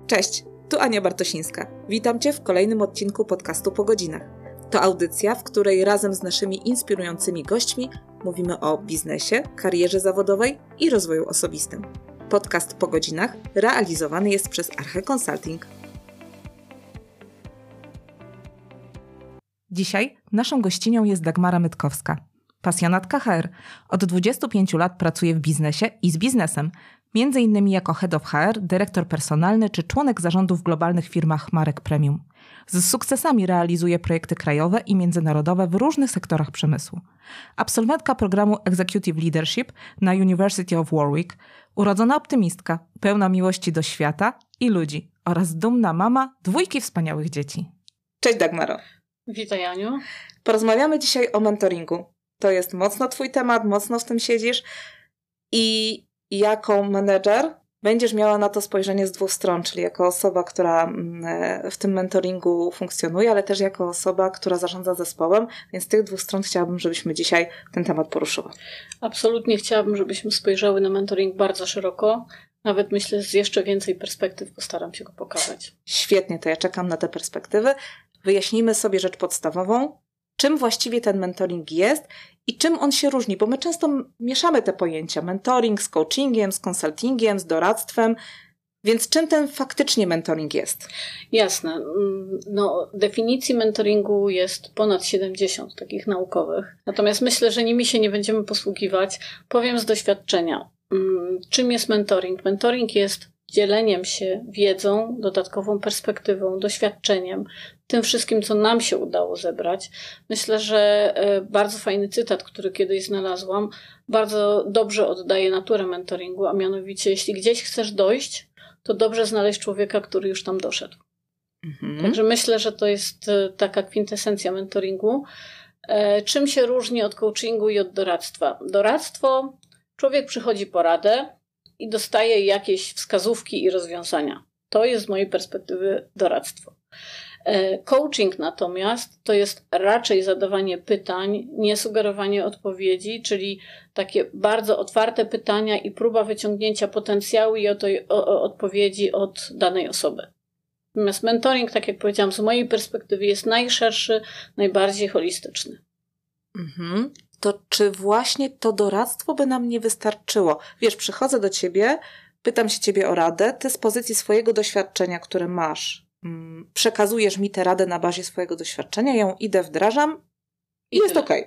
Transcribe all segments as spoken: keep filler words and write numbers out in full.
Cześć, tu Ania Bartosińska. Witam Cię w kolejnym odcinku podcastu Po godzinach. To audycja, w której razem z naszymi inspirującymi gośćmi mówimy o biznesie, karierze zawodowej i rozwoju osobistym. Podcast Po godzinach realizowany jest przez Arche Consulting. Dzisiaj naszą gościnią jest Dagmara Mytkowska, pasjonatka H R. Od dwudziestu pięciu lat pracuje w biznesie i z biznesem, między innymi jako Head of H R, dyrektor personalny czy członek zarządu w globalnych firmach marek premium. Z sukcesami realizuje projekty krajowe i międzynarodowe w różnych sektorach przemysłu. Absolwentka programu Executive Leadership na University of Warwick, urodzona optymistka, pełna miłości do świata i ludzi oraz dumna mama dwójki wspaniałych dzieci. Cześć Dagmaro. Witaj Aniu. Porozmawiamy dzisiaj o mentoringu. To jest mocno Twój temat, mocno w tym siedzisz i jako menedżer będziesz miała na to spojrzenie z dwóch stron, czyli jako osoba, która w tym mentoringu funkcjonuje, ale też jako osoba, która zarządza zespołem, więc z tych dwóch stron chciałabym, żebyśmy dzisiaj ten temat poruszyły. Absolutnie chciałabym, żebyśmy spojrzały na mentoring bardzo szeroko, nawet myślę z jeszcze więcej perspektyw, postaram się go pokazać. Świetnie, to ja czekam na te perspektywy. Wyjaśnijmy sobie rzecz podstawową, czym właściwie ten mentoring jest i czym on się różni, bo my często mieszamy te pojęcia, mentoring z coachingiem, z konsultingiem, z doradztwem, więc czym ten faktycznie mentoring jest? Jasne. No, definicji mentoringu jest ponad siedemdziesiąt takich naukowych, natomiast myślę, że nimi się nie będziemy posługiwać. Powiem z doświadczenia. Czym jest mentoring? Mentoring jest dzieleniem się wiedzą, dodatkową perspektywą, doświadczeniem, tym wszystkim, co nam się udało zebrać. Myślę, że bardzo fajny cytat, który kiedyś znalazłam, bardzo dobrze oddaje naturę mentoringu, a mianowicie, jeśli gdzieś chcesz dojść, to dobrze znaleźć człowieka, który już tam doszedł. Mhm. Także myślę, że to jest taka kwintesencja mentoringu. Czym się różni od coachingu i od doradztwa? Doradztwo, człowiek przychodzi po radę i dostaje jakieś wskazówki i rozwiązania. To jest z mojej perspektywy doradztwo. Coaching natomiast to jest raczej zadawanie pytań, nie sugerowanie odpowiedzi, czyli takie bardzo otwarte pytania i próba wyciągnięcia potencjału i oto, o, o, odpowiedzi od danej osoby. Natomiast mentoring, tak jak powiedziałam, z mojej perspektywy jest najszerszy, najbardziej holistyczny. Mhm. To czy właśnie to doradztwo by nam nie wystarczyło? Wiesz, przychodzę do Ciebie, pytam się Ciebie o radę, Ty z pozycji swojego doświadczenia, które masz, przekazujesz mi tę radę na bazie swojego doświadczenia, ją idę, wdrażam i, I jest okej.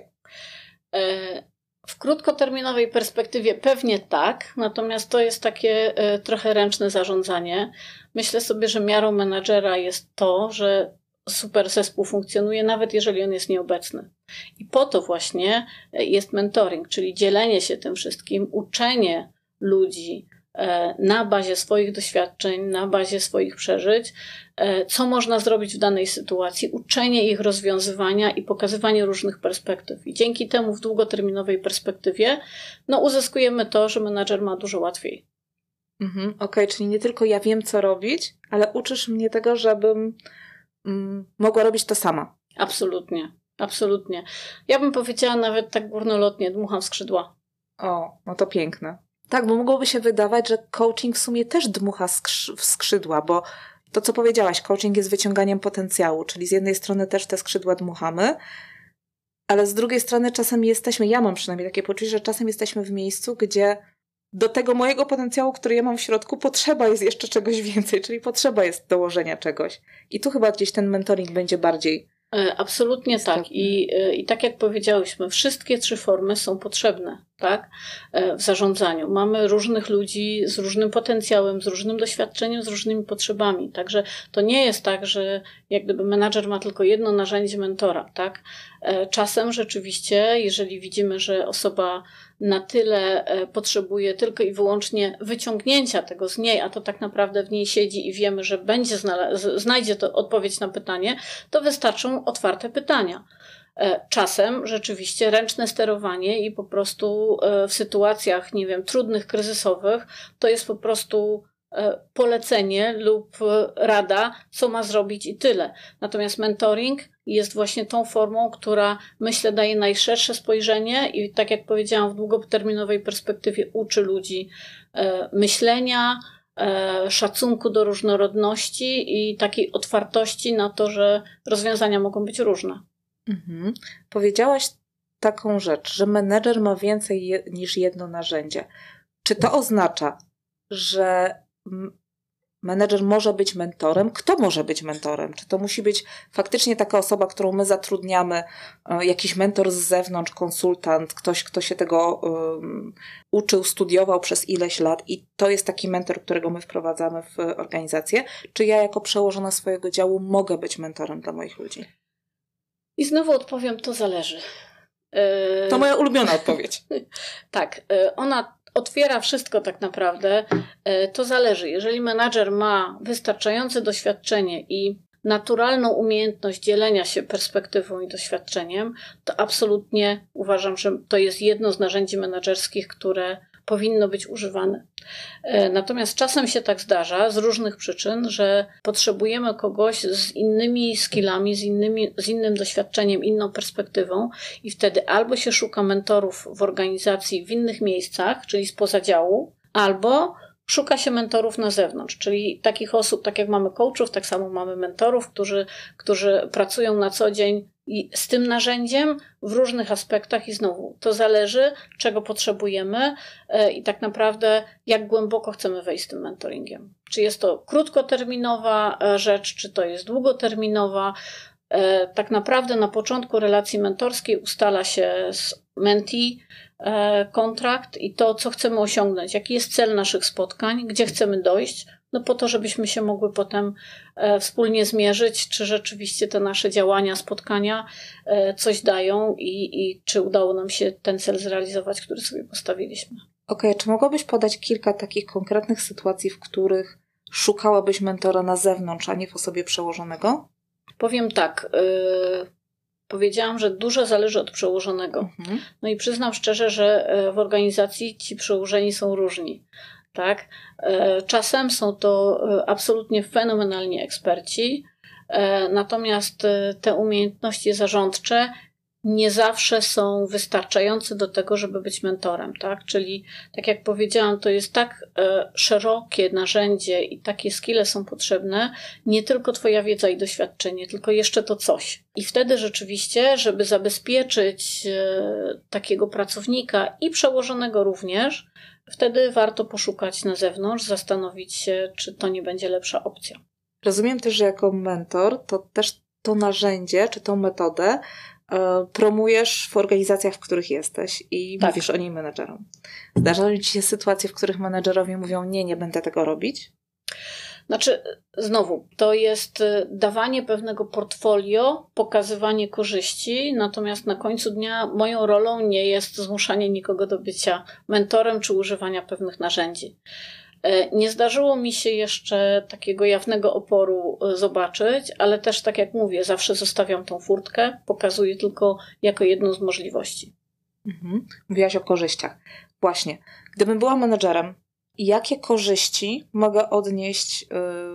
Okay. W krótkoterminowej perspektywie pewnie tak, natomiast to jest takie trochę ręczne zarządzanie. Myślę sobie, że miarą menadżera jest to, że super zespół funkcjonuje, nawet jeżeli on jest nieobecny. I po to właśnie jest mentoring, czyli dzielenie się tym wszystkim, uczenie ludzi na bazie swoich doświadczeń, na bazie swoich przeżyć, co można zrobić w danej sytuacji, uczenie ich rozwiązywania i pokazywanie różnych perspektyw. I dzięki temu w długoterminowej perspektywie no, uzyskujemy to, że menadżer ma dużo łatwiej. Mhm, Okej, okay, czyli nie tylko ja wiem, co robić, ale uczysz mnie tego, żebym mm, mogła robić to sama. Absolutnie, absolutnie. Ja bym powiedziała nawet tak górnolotnie, dmucham w skrzydła. O, no to piękne. Tak, bo mogłoby się wydawać, że coaching w sumie też dmucha w skrzydła, bo to, co powiedziałaś, coaching jest wyciąganiem potencjału, czyli z jednej strony też te skrzydła dmuchamy, ale z drugiej strony czasem jesteśmy, ja mam przynajmniej takie poczucie, że czasem jesteśmy w miejscu, gdzie do tego mojego potencjału, który ja mam w środku, potrzeba jest jeszcze czegoś więcej, czyli potrzeba jest dołożenia czegoś. I tu chyba gdzieś ten mentoring będzie bardziej Absolutnie istotny. Tak. I, I tak jak powiedziałyśmy, wszystkie trzy formy są potrzebne, tak, w zarządzaniu. Mamy różnych ludzi z różnym potencjałem, z różnym doświadczeniem, z różnymi potrzebami. Także to nie jest tak, że jak gdyby menadżer ma tylko jedno narzędzie mentora, tak. Czasem rzeczywiście, jeżeli widzimy, że osoba na tyle potrzebuje tylko i wyłącznie wyciągnięcia tego z niej, a to tak naprawdę w niej siedzi i wiemy, że będzie znala- znajdzie to odpowiedź na pytanie, to wystarczą otwarte pytania. Czasem rzeczywiście ręczne sterowanie i po prostu w sytuacjach, nie wiem, trudnych, kryzysowych, to jest po prostu polecenie lub rada, co ma zrobić i tyle. Natomiast mentoring jest właśnie tą formą, która myślę daje najszersze spojrzenie i tak jak powiedziałam w długoterminowej perspektywie uczy ludzi myślenia, szacunku do różnorodności i takiej otwartości na to, że rozwiązania mogą być różne. Mhm. Powiedziałaś taką rzecz, że menedżer ma więcej je, niż jedno narzędzie. Czy to oznacza, że menedżer może być mentorem? Kto może być mentorem? Czy to musi być faktycznie taka osoba, którą my zatrudniamy, jakiś mentor z zewnątrz, konsultant, ktoś, kto się tego um, uczył, studiował przez ileś lat i to jest taki mentor, którego my wprowadzamy w organizację? Czy ja jako przełożona swojego działu mogę być mentorem dla moich ludzi? I znowu odpowiem, to zależy. To moja ulubiona odpowiedź. Tak, ona otwiera wszystko tak naprawdę. To zależy. Jeżeli menadżer ma wystarczające doświadczenie i naturalną umiejętność dzielenia się perspektywą i doświadczeniem, to absolutnie uważam, że to jest jedno z narzędzi menedżerskich, które powinno być używane. Natomiast czasem się tak zdarza z różnych przyczyn, że potrzebujemy kogoś z innymi skillami, z, innymi, z innym doświadczeniem, inną perspektywą i wtedy albo się szuka mentorów w organizacji w innych miejscach, czyli spoza działu, albo szuka się mentorów na zewnątrz, czyli takich osób, tak jak mamy coachów, tak samo mamy mentorów, którzy, którzy pracują na co dzień i z tym narzędziem w różnych aspektach i znowu to zależy, czego potrzebujemy i tak naprawdę jak głęboko chcemy wejść z tym mentoringiem. Czy jest to krótkoterminowa rzecz, czy to jest długoterminowa. Tak naprawdę na początku relacji mentorskiej ustala się z mentee kontrakt i to, co chcemy osiągnąć, jaki jest cel naszych spotkań, gdzie chcemy dojść, no po to, żebyśmy się mogły potem wspólnie zmierzyć, czy rzeczywiście te nasze działania, spotkania coś dają i, i czy udało nam się ten cel zrealizować, który sobie postawiliśmy. Okej, okay, czy mogłabyś podać kilka takich konkretnych sytuacji, w których szukałabyś mentora na zewnątrz, a nie w osobie przełożonego? Powiem tak, yy, powiedziałam, że dużo zależy od przełożonego. Mhm. No i przyznam szczerze, że w organizacji ci przełożeni są różni. Tak? Czasem są to absolutnie fenomenalni eksperci, natomiast te umiejętności zarządcze nie zawsze są wystarczające do tego, żeby być mentorem. Tak? Czyli, tak jak powiedziałam, to jest tak szerokie narzędzie i takie skille są potrzebne, nie tylko twoja wiedza i doświadczenie, tylko jeszcze to coś. I wtedy rzeczywiście, żeby zabezpieczyć takiego pracownika i przełożonego również, wtedy warto poszukać na zewnątrz, zastanowić się, czy to nie będzie lepsza opcja. Rozumiem też, że jako mentor to też to narzędzie, czy tą metodę e, promujesz w organizacjach, w których jesteś i tak. Mówisz o niej menedżerom. Zdarzają ci się sytuacje, w których menedżerowie mówią, nie, nie będę tego robić? Znaczy, znowu, to jest dawanie pewnego portfolio, pokazywanie korzyści, natomiast na końcu dnia moją rolą nie jest zmuszanie nikogo do bycia mentorem czy używania pewnych narzędzi. Nie zdarzyło mi się jeszcze takiego jawnego oporu zobaczyć, ale też tak jak mówię, zawsze zostawiam tą furtkę, pokazuję tylko jako jedną z możliwości. Mhm. Mówiłaś o korzyściach. Właśnie, gdybym była menedżerem, jakie korzyści mogę odnieść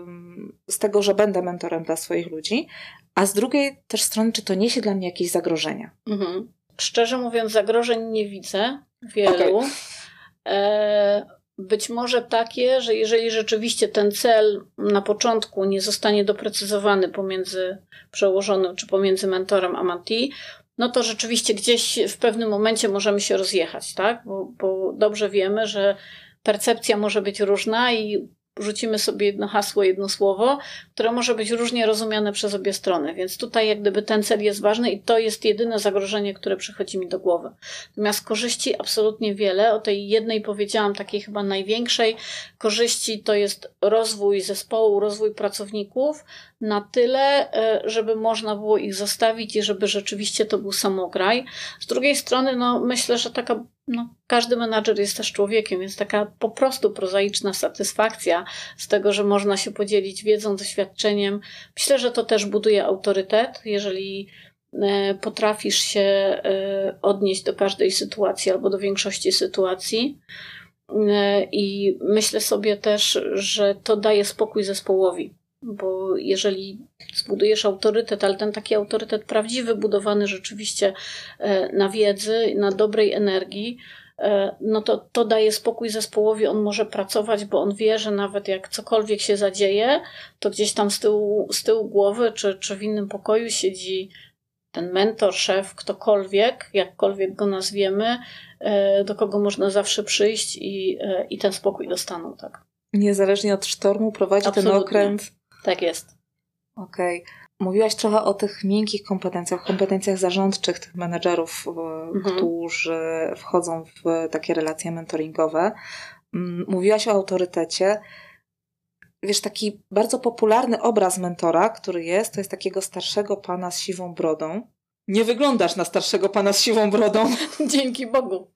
ym, z tego, że będę mentorem dla swoich ludzi, a z drugiej też strony, czy to niesie dla mnie jakieś zagrożenia? Mhm. Szczerze mówiąc, zagrożeń nie widzę wielu. Okay. E, być może takie, że jeżeli rzeczywiście ten cel na początku nie zostanie doprecyzowany pomiędzy przełożonym czy pomiędzy mentorem a mentee, no to rzeczywiście gdzieś w pewnym momencie możemy się rozjechać, tak? Bo, bo dobrze wiemy, że percepcja może być różna i rzucimy sobie jedno hasło, jedno słowo, które może być różnie rozumiane przez obie strony. Więc tutaj jak gdyby ten cel jest ważny i to jest jedyne zagrożenie, które przychodzi mi do głowy. Natomiast korzyści absolutnie wiele. O tej jednej powiedziałam, takiej chyba największej korzyści to jest rozwój zespołu, rozwój pracowników na tyle, żeby można było ich zostawić i żeby rzeczywiście to był samograj. Z drugiej strony, no myślę, że taka No, każdy menadżer jest też człowiekiem, więc taka po prostu prozaiczna satysfakcja z tego, że można się podzielić wiedzą, doświadczeniem. Myślę, że to też buduje autorytet, jeżeli potrafisz się odnieść do każdej sytuacji albo do większości sytuacji. I myślę sobie też, że to daje spokój zespołowi. Bo jeżeli zbudujesz autorytet, ale ten taki autorytet prawdziwy, budowany rzeczywiście na wiedzy, na dobrej energii, no to to daje spokój zespołowi, on może pracować, bo on wie, że nawet jak cokolwiek się zadzieje, to gdzieś tam z tyłu, z tyłu głowy czy, czy w innym pokoju siedzi ten mentor, szef, ktokolwiek, jakkolwiek go nazwiemy, do kogo można zawsze przyjść i, i ten spokój dostaną, tak. Niezależnie od sztormu prowadzi Absolutnie. Ten okręt. Tak jest. Okej. Okay. Mówiłaś trochę o tych miękkich kompetencjach, kompetencjach zarządczych tych menedżerów, mhm. którzy wchodzą w takie relacje mentoringowe. Mówiłaś o autorytecie. Wiesz, taki bardzo popularny obraz mentora, który jest, to jest takiego starszego pana z siwą brodą. Nie wyglądasz na starszego pana z siwą brodą. Dzięki Bogu.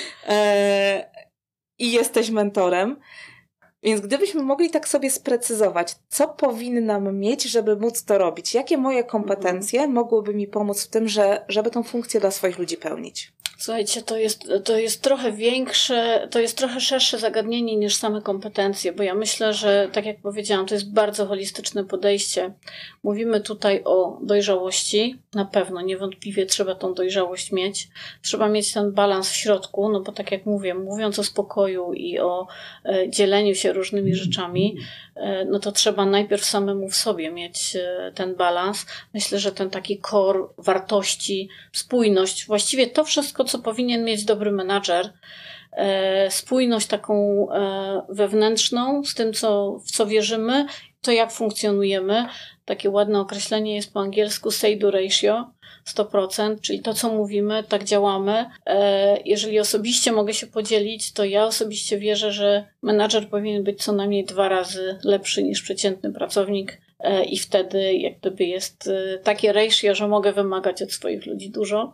E, I jesteś mentorem. Więc gdybyśmy mogli tak sobie sprecyzować, co powinnam mieć, żeby móc to robić? Jakie moje kompetencje mhm. mogłyby mi pomóc w tym, że, żeby tą funkcję dla swoich ludzi pełnić? Słuchajcie, to jest, to jest trochę większe, to jest trochę szersze zagadnienie niż same kompetencje, bo ja myślę, że tak jak powiedziałam, to jest bardzo holistyczne podejście. Mówimy tutaj o dojrzałości, na pewno, niewątpliwie trzeba tą dojrzałość mieć. Trzeba mieć ten balans w środku, no bo tak jak mówię, mówiąc o spokoju i o e, dzieleniu się różnymi rzeczami, e, no to trzeba najpierw samemu w sobie mieć e, ten balans. Myślę, że ten taki core wartości, spójność, właściwie to wszystko, co powinien mieć dobry menadżer, e, spójność taką e, wewnętrzną z tym, co, w co wierzymy, to jak funkcjonujemy. Takie ładne określenie jest po angielsku say do ratio, sto procent, czyli to, co mówimy, tak działamy. E, jeżeli osobiście mogę się podzielić, to ja osobiście wierzę, że menadżer powinien być co najmniej dwa razy lepszy niż przeciętny pracownik e, i wtedy jak gdyby jest e, takie ratio, że mogę wymagać od swoich ludzi dużo.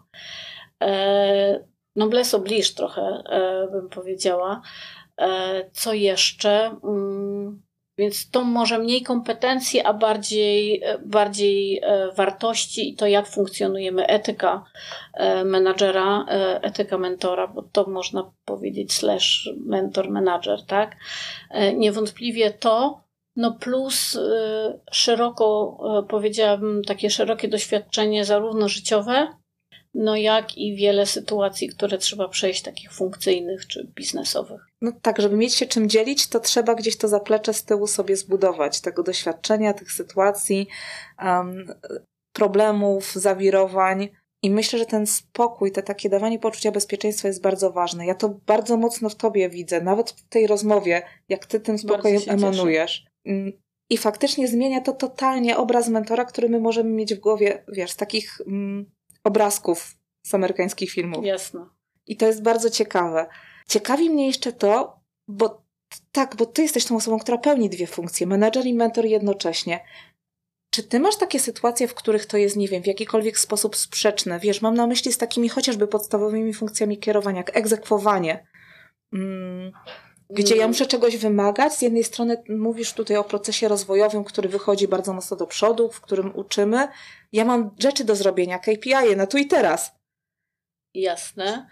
Noblesse oblige trochę, bym powiedziała. Co jeszcze? Więc to może mniej kompetencji, a bardziej, bardziej wartości i to, jak funkcjonujemy, etyka menadżera, etyka mentora, bo to można powiedzieć slash mentor, menadżer, tak? Niewątpliwie to, no plus szeroko, powiedziałabym, takie szerokie doświadczenie zarówno życiowe, no jak i wiele sytuacji, które trzeba przejść, takich funkcyjnych czy biznesowych. No tak, żeby mieć się czym dzielić, to trzeba gdzieś to zaplecze z tyłu sobie zbudować, tego doświadczenia, tych sytuacji, um, problemów, zawirowań. I myślę, że ten spokój, te takie dawanie poczucia bezpieczeństwa jest bardzo ważne. Ja to bardzo mocno w tobie widzę, nawet w tej rozmowie, jak ty tym spokojem emanujesz. Cieszę. I faktycznie zmienia to totalnie obraz mentora, który my możemy mieć w głowie, wiesz, z takich mm, obrazków z amerykańskich filmów. Jasne. I to jest bardzo ciekawe. Ciekawi mnie jeszcze to, bo tak, bo ty jesteś tą osobą, która pełni dwie funkcje, menadżer i mentor jednocześnie. Czy ty masz takie sytuacje, w których to jest, nie wiem, w jakikolwiek sposób sprzeczne? Wiesz, mam na myśli z takimi chociażby podstawowymi funkcjami kierowania, jak egzekwowanie, mm, gdzie ja muszę czegoś wymagać. Z jednej strony mówisz tutaj o procesie rozwojowym, który wychodzi bardzo mocno do przodu, w którym uczymy. Ja mam rzeczy do zrobienia, K P I na tu i teraz. Jasne.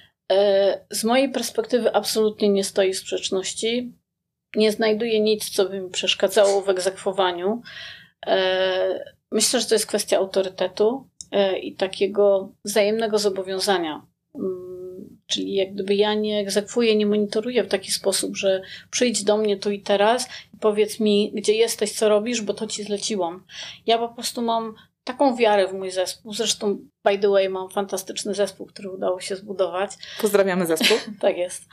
Z mojej perspektywy absolutnie nie stoi w sprzeczności. Nie znajduję nic, co by mi przeszkadzało w egzekwowaniu. Myślę, że to jest kwestia autorytetu i takiego wzajemnego zobowiązania. Czyli jak gdyby ja nie egzekwuję, nie monitoruję w taki sposób, że przyjdź do mnie tu i teraz i powiedz mi, gdzie jesteś, co robisz, bo to ci zleciłam. Ja po prostu mam taką wiarę w mój zespół. Zresztą, by the way, mam fantastyczny zespół, który udało się zbudować. Pozdrawiamy zespół. Tak jest.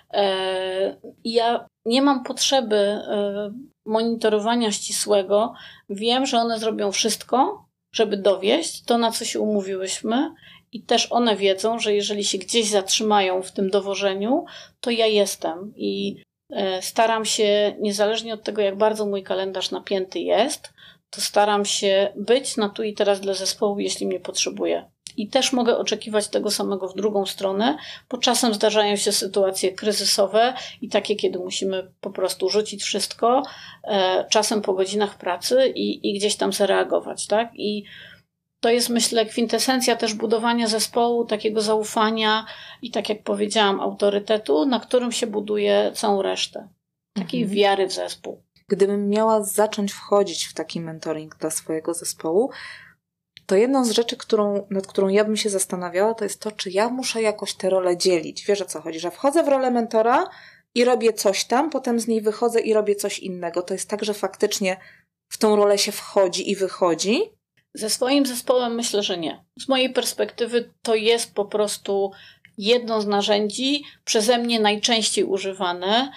I ja nie mam potrzeby monitorowania ścisłego. Wiem, że one zrobią wszystko, żeby dowieść to, na co się umówiłyśmy. I też one wiedzą, że jeżeli się gdzieś zatrzymają w tym dowożeniu, to ja jestem. I staram się, niezależnie od tego, jak bardzo mój kalendarz napięty jest, to staram się być na tu i teraz dla zespołu, jeśli mnie potrzebuje. I też mogę oczekiwać tego samego w drugą stronę, bo czasem zdarzają się sytuacje kryzysowe i takie, kiedy musimy po prostu rzucić wszystko, czasem po godzinach pracy i, i gdzieś tam zareagować, tak? I to jest, myślę, kwintesencja też budowania zespołu, takiego zaufania i, tak jak powiedziałam, autorytetu, na którym się buduje całą resztę. Takiej mhm. wiary w zespół. Gdybym miała zacząć wchodzić w taki mentoring dla swojego zespołu, to jedną z rzeczy, którą, nad którą ja bym się zastanawiała, to jest to, czy ja muszę jakoś te role dzielić. Wiesz, o co chodzi? Że wchodzę w rolę mentora i robię coś tam, potem z niej wychodzę i robię coś innego. To jest tak, że faktycznie w tą rolę się wchodzi i wychodzi? Ze swoim zespołem myślę, że nie. Z mojej perspektywy to jest po prostu jedno z narzędzi przeze mnie najczęściej używane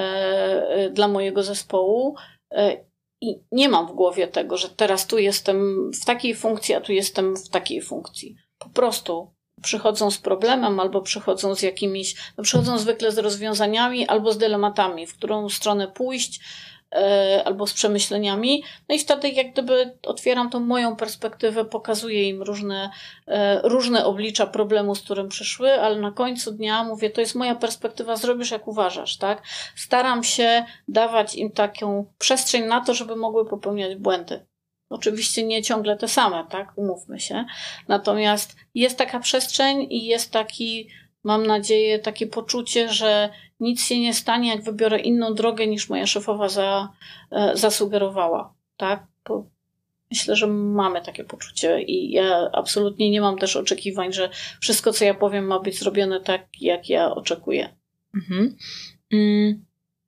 e, dla mojego zespołu e, i nie mam w głowie tego, że teraz tu jestem w takiej funkcji, a tu jestem w takiej funkcji. Po prostu przychodzą z problemem albo przychodzą z jakimiś, no przychodzą zwykle z rozwiązaniami albo z dylematami, w którą stronę pójść, albo z przemyśleniami. No i wtedy jak gdyby otwieram tą moją perspektywę, pokazuję im różne, różne oblicza problemu, z którym przyszły, ale na końcu dnia mówię, to jest moja perspektywa, zrobisz jak uważasz, tak? Staram się dawać im taką przestrzeń na to, żeby mogły popełniać błędy. Oczywiście nie ciągle te same, tak? Umówmy się. Natomiast jest taka przestrzeń i jest taki, mam nadzieję, takie poczucie, że nic się nie stanie, jak wybiorę inną drogę niż moja szefowa za, e, zasugerowała. Tak? Bo myślę, że mamy takie poczucie i ja absolutnie nie mam też oczekiwań, że wszystko, co ja powiem, ma być zrobione tak, jak ja oczekuję. Mhm. Mm.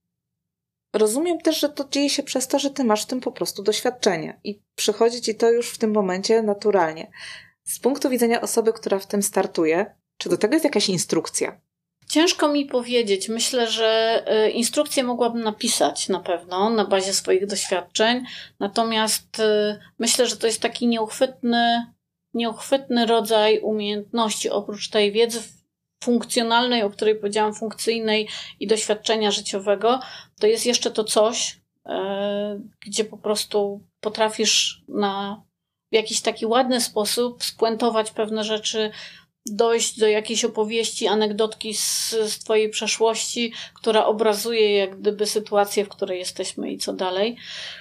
Rozumiem też, że to dzieje się przez to, że ty masz w tym po prostu doświadczenie i przychodzi ci to już w tym momencie naturalnie. Z punktu widzenia osoby, która w tym startuje, czy do tego jest jakaś instrukcja? Ciężko mi powiedzieć. Myślę, że instrukcję mogłabym napisać na pewno na bazie swoich doświadczeń. Natomiast myślę, że to jest taki nieuchwytny, nieuchwytny rodzaj umiejętności. Oprócz tej wiedzy funkcjonalnej, o której powiedziałam, funkcyjnej i doświadczenia życiowego, to jest jeszcze to coś, gdzie po prostu potrafisz na w jakiś taki ładny sposób spuentować pewne rzeczy, dojść do jakiejś opowieści, anegdotki z, z twojej przeszłości, która obrazuje jak gdyby sytuację, w której jesteśmy i co dalej.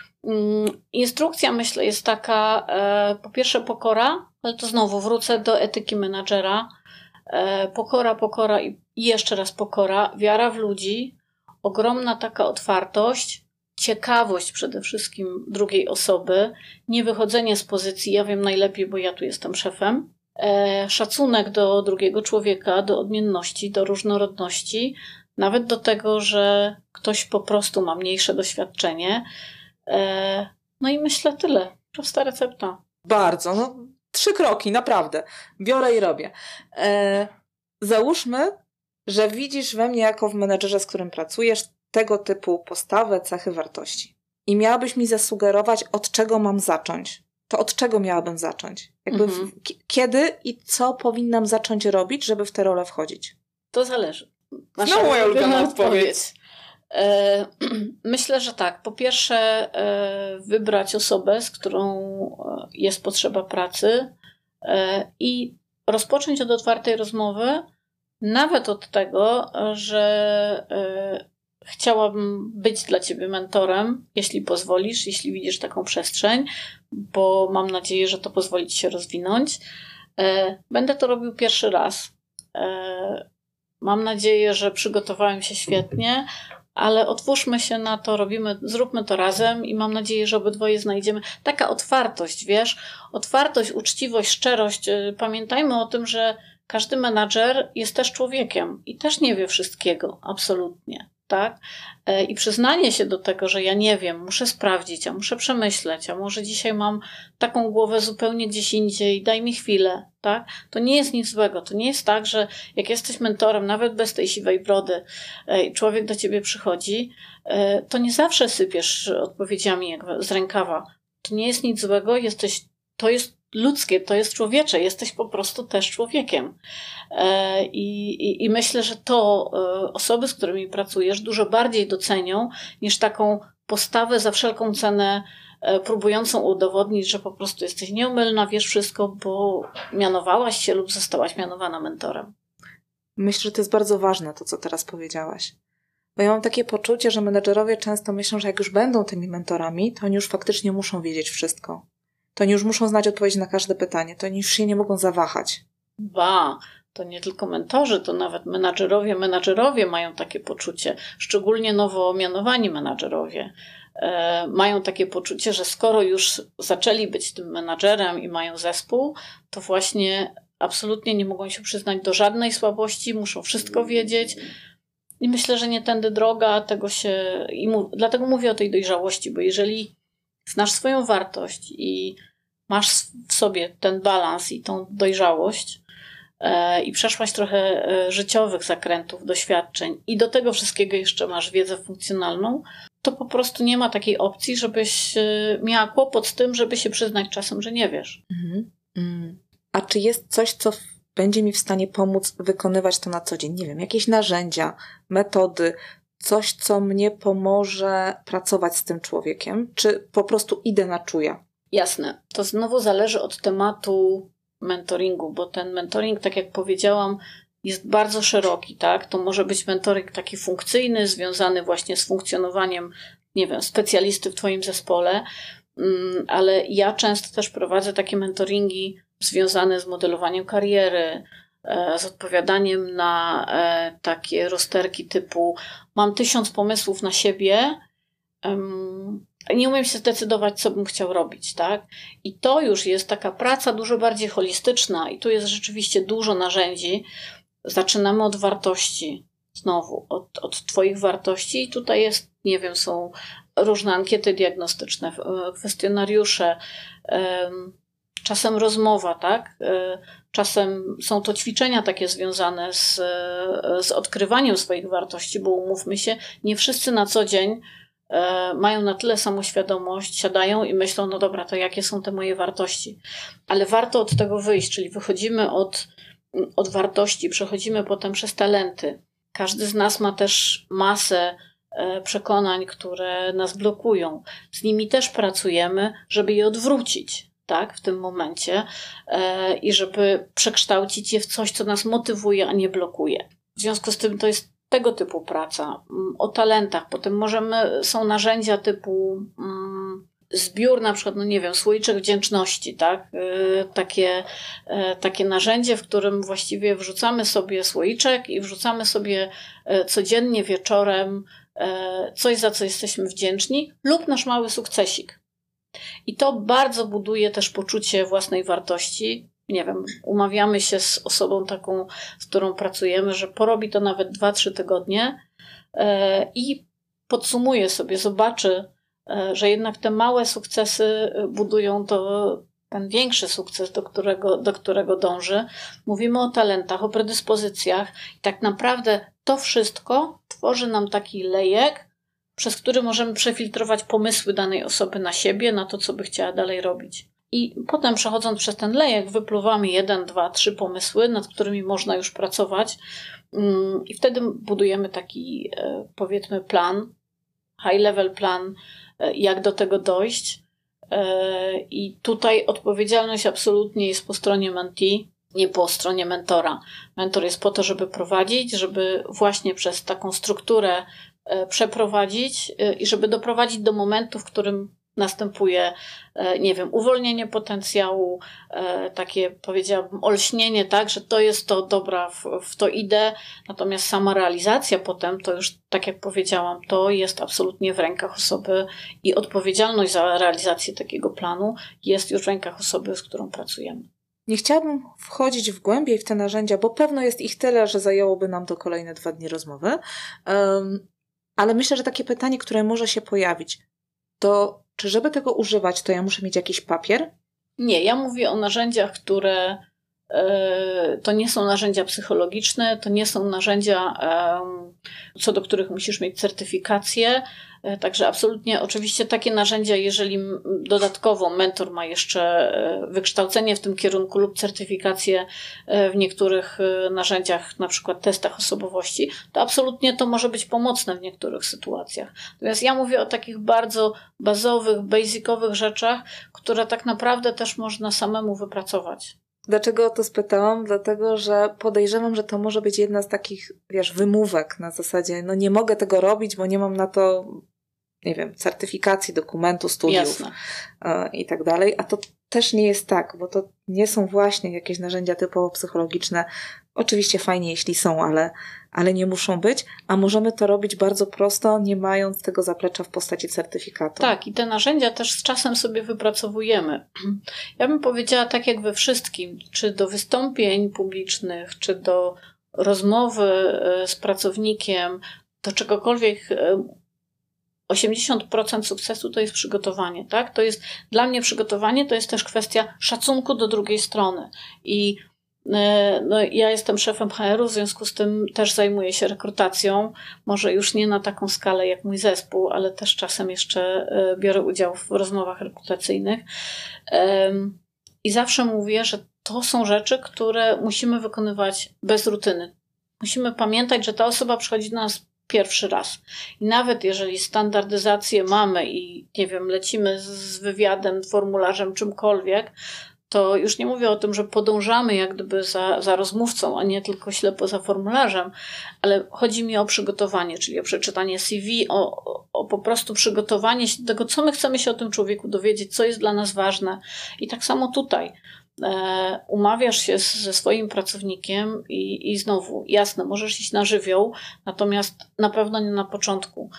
Instrukcja, myślę, jest taka, e, po pierwsze pokora, ale to znowu wrócę do etyki menadżera. E, pokora, pokora i jeszcze raz pokora, wiara w ludzi, ogromna taka otwartość, ciekawość przede wszystkim drugiej osoby, nie wychodzenie z pozycji ja wiem najlepiej, bo ja tu jestem szefem, e, szacunek do drugiego człowieka, do odmienności, do różnorodności, nawet do tego, że ktoś po prostu ma mniejsze doświadczenie. E, no i myślę tyle. Prosta recepta. Bardzo, no trzy kroki, naprawdę. Biorę i robię. E, załóżmy, że widzisz we mnie jako w menedżerze, z którym pracujesz, tego typu postawę, cechy, wartości. I miałabyś mi zasugerować, od czego mam zacząć. To od czego miałabym zacząć? Jakby mhm. w, k- kiedy i co powinnam zacząć robić, żeby w tę rolę wchodzić? To zależy. Nasza no moja ulubiona odpowiedź. E, myślę, że tak. Po pierwsze e, wybrać osobę, z którą jest potrzeba pracy e, i rozpocząć od otwartej rozmowy, nawet od tego, że e, chciałabym być dla ciebie mentorem, jeśli pozwolisz, jeśli widzisz taką przestrzeń, bo mam nadzieję, że to pozwoli ci się rozwinąć. E, będę to robił pierwszy raz. E, mam nadzieję, że przygotowałem się świetnie, ale otwórzmy się na to, robimy, zróbmy to razem i mam nadzieję, że obydwoje znajdziemy. Taka otwartość, wiesz, otwartość, uczciwość, szczerość. Pamiętajmy o tym, że każdy menadżer jest też człowiekiem i też nie wie wszystkiego, absolutnie, tak? I przyznanie się do tego, że ja nie wiem, muszę sprawdzić, a muszę przemyśleć, a może dzisiaj mam taką głowę zupełnie gdzieś indziej, daj mi chwilę, tak? To nie jest nic złego. To nie jest tak, że jak jesteś mentorem, nawet bez tej siwej brody, i człowiek do ciebie przychodzi, to nie zawsze sypiesz odpowiedziami jak z rękawa. To nie jest nic złego, jesteś, to jest ludzkie, to jest człowiecze, jesteś po prostu też człowiekiem. I, i, i myślę, że to osoby, z którymi pracujesz, dużo bardziej docenią niż taką postawę za wszelką cenę próbującą udowodnić, że po prostu jesteś nieomylna, wiesz wszystko, bo mianowałaś się lub zostałaś mianowana mentorem. Myślę, że to jest bardzo ważne, to co teraz powiedziałaś. Bo ja mam takie poczucie, że menedżerowie często myślą, że jak już będą tymi mentorami, to oni już faktycznie muszą wiedzieć wszystko. To oni już muszą znać odpowiedź na każde pytanie. To oni już się nie mogą zawahać. Ba, to nie tylko mentorzy, to nawet menadżerowie, menadżerowie mają takie poczucie. Szczególnie nowo mianowani menadżerowie. e, mają takie poczucie, że skoro już zaczęli być tym menadżerem i mają zespół, to właśnie absolutnie nie mogą się przyznać do żadnej słabości, muszą wszystko wiedzieć. I myślę, że nie tędy droga, tego się... I mów, dlatego mówię o tej dojrzałości, bo jeżeli znasz swoją wartość i masz w sobie ten balans i tą dojrzałość e, i przeszłaś trochę e, życiowych zakrętów, doświadczeń i do tego wszystkiego jeszcze masz wiedzę funkcjonalną, to po prostu nie ma takiej opcji, żebyś e, miała kłopot z tym, żeby się przyznać czasem, że nie wiesz. Mhm. Mm. A czy jest coś, co będzie mi w stanie pomóc wykonywać to na co dzień? Nie wiem, jakieś narzędzia, metody, coś, co mnie pomoże pracować z tym człowiekiem? Czy po prostu idę na czuja? Jasne. To znowu zależy od tematu mentoringu, bo ten mentoring, tak jak powiedziałam, jest bardzo szeroki, tak? To może być mentoring taki funkcyjny, związany właśnie z funkcjonowaniem, nie wiem, specjalisty w twoim zespole, ale ja często też prowadzę takie mentoringi związane z modelowaniem kariery, z odpowiadaniem na takie rozterki typu mam tysiąc pomysłów na siebie, nie umiem się zdecydować, co bym chciał robić, tak? I to już jest taka praca dużo bardziej holistyczna i tu jest rzeczywiście dużo narzędzi. Zaczynamy od wartości, znowu, od, od twoich wartości i tutaj jest, nie wiem, są różne ankiety diagnostyczne, kwestionariusze, czasem rozmowa, tak? Czasem są to ćwiczenia takie związane z, z odkrywaniem swoich wartości, bo umówmy się, nie wszyscy na co dzień mają na tyle samoświadomość, siadają i myślą, no dobra, to jakie są te moje wartości. Ale warto od tego wyjść, czyli wychodzimy od, od wartości, przechodzimy potem przez talenty. Każdy z nas ma też masę przekonań, które nas blokują. Z nimi też pracujemy, żeby je odwrócić, tak, w tym momencie i żeby przekształcić je w coś, co nas motywuje, a nie blokuje. W związku z tym to jest tego typu praca. O talentach. Potem możemy, są narzędzia typu mm, zbiór na przykład, no nie wiem, słoiczek wdzięczności, tak? Yy, takie, yy, takie narzędzie, w którym właściwie wrzucamy sobie słoiczek i wrzucamy sobie yy, codziennie wieczorem yy, coś, za co jesteśmy wdzięczni lub nasz mały sukcesik. I to bardzo buduje też poczucie własnej wartości. Nie wiem, umawiamy się z osobą taką, z którą pracujemy, że porobi to nawet dwa trzy tygodnie yy, i podsumuje sobie, zobaczy, yy, że jednak te małe sukcesy budują to, ten większy sukces, do którego, do którego dąży. Mówimy o talentach, o predyspozycjach i tak naprawdę to wszystko tworzy nam taki lejek, przez który możemy przefiltrować pomysły danej osoby na siebie, na to, co by chciała dalej robić. I potem przechodząc przez ten lejek wypluwamy jeden, dwa, trzy pomysły, nad którymi można już pracować i wtedy budujemy taki, powiedzmy, plan, high level plan, jak do tego dojść. I tutaj odpowiedzialność absolutnie jest po stronie mentee, nie po stronie mentora. Mentor jest po to, żeby prowadzić, żeby właśnie przez taką strukturę przeprowadzić i żeby doprowadzić do momentu, w którym następuje, nie wiem, uwolnienie potencjału, takie, powiedziałabym, olśnienie, tak, że to jest to, dobra, w, w to idę, natomiast sama realizacja potem, to już, tak jak powiedziałam, to jest absolutnie w rękach osoby i odpowiedzialność za realizację takiego planu jest już w rękach osoby, z którą pracujemy. Nie chciałabym wchodzić w głębiej w te narzędzia, bo pewno jest ich tyle, że zajęłoby nam to kolejne dwa dni rozmowy, um, ale myślę, że takie pytanie, które może się pojawić, to czy żeby tego używać, to ja muszę mieć jakiś papier? Nie, ja mówię o narzędziach, które e, to nie są narzędzia psychologiczne, to nie są narzędzia, e, co do których musisz mieć certyfikację. E, także absolutnie, oczywiście takie narzędzia, jeżeli dodatkowo mentor ma jeszcze wykształcenie w tym kierunku lub certyfikację w niektórych narzędziach, na przykład testach osobowości, to absolutnie to może być pomocne w niektórych sytuacjach. Natomiast ja mówię o takich bardzo bazowych, basicowych rzeczach, które tak naprawdę też można samemu wypracować. Dlaczego o to spytałam? Dlatego, że podejrzewam, że to może być jedna z takich, wiesz, wymówek na zasadzie, no nie mogę tego robić, bo nie mam na to, nie wiem, certyfikacji, dokumentu, studiów Jasne. i tak dalej. A to też nie jest tak, bo to nie są właśnie jakieś narzędzia typowo psychologiczne. Oczywiście fajnie, jeśli są, ale, ale nie muszą być, a możemy to robić bardzo prosto, nie mając tego zaplecza w postaci certyfikatu. Tak, i te narzędzia też z czasem sobie wypracowujemy. Ja bym powiedziała tak jak we wszystkim, czy do wystąpień publicznych, czy do rozmowy z pracownikiem, do czegokolwiek, osiemdziesiąt procent sukcesu to jest przygotowanie, tak? To jest, dla mnie przygotowanie to jest też kwestia szacunku do drugiej strony. I no, ja jestem szefem H R u, w związku z tym też zajmuję się rekrutacją, może już nie na taką skalę jak mój zespół, ale też czasem jeszcze biorę udział w rozmowach rekrutacyjnych. I zawsze mówię, że to są rzeczy, które musimy wykonywać bez rutyny. Musimy pamiętać, że ta osoba przychodzi do nas pierwszy raz. I nawet jeżeli standaryzację mamy i nie wiem, lecimy z wywiadem, formularzem, czymkolwiek, to już nie mówię o tym, że podążamy jak gdyby za, za rozmówcą, a nie tylko ślepo za formularzem, ale chodzi mi o przygotowanie, czyli o przeczytanie C V, o, o po prostu przygotowanie się do tego, co my chcemy się o tym człowieku dowiedzieć, co jest dla nas ważne. I tak samo tutaj. E, umawiasz się z, ze swoim pracownikiem i, i znowu, jasne, możesz iść na żywioł, natomiast na pewno nie na początku.